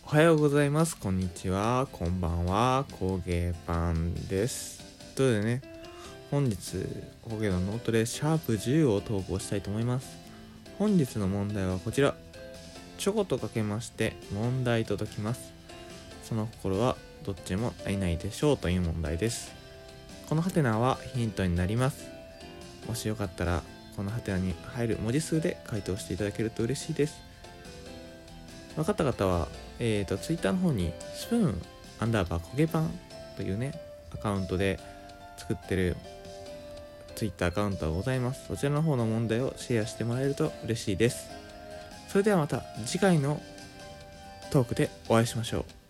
おはようございます。こんにちは。こんばんは。工芸パンです。ということでね、本日、工芸のノートでシャープ10を投稿したいと思います。本日の問題はこちら。チョコとかけまして問題と解きます。その心はどっちも何々でしょうという問題です。このハテナはヒントになります。もしよかったら、このハテナに入る文字数で回答していただけると嬉しいです。分かった方は、ツイッターの方にスプーン_コゲパンというね、アカウントで作ってるツイッターアカウントがございます。そちらの方の問題をシェアしてもらえると嬉しいです。それではまた次回のトークでお会いしましょう。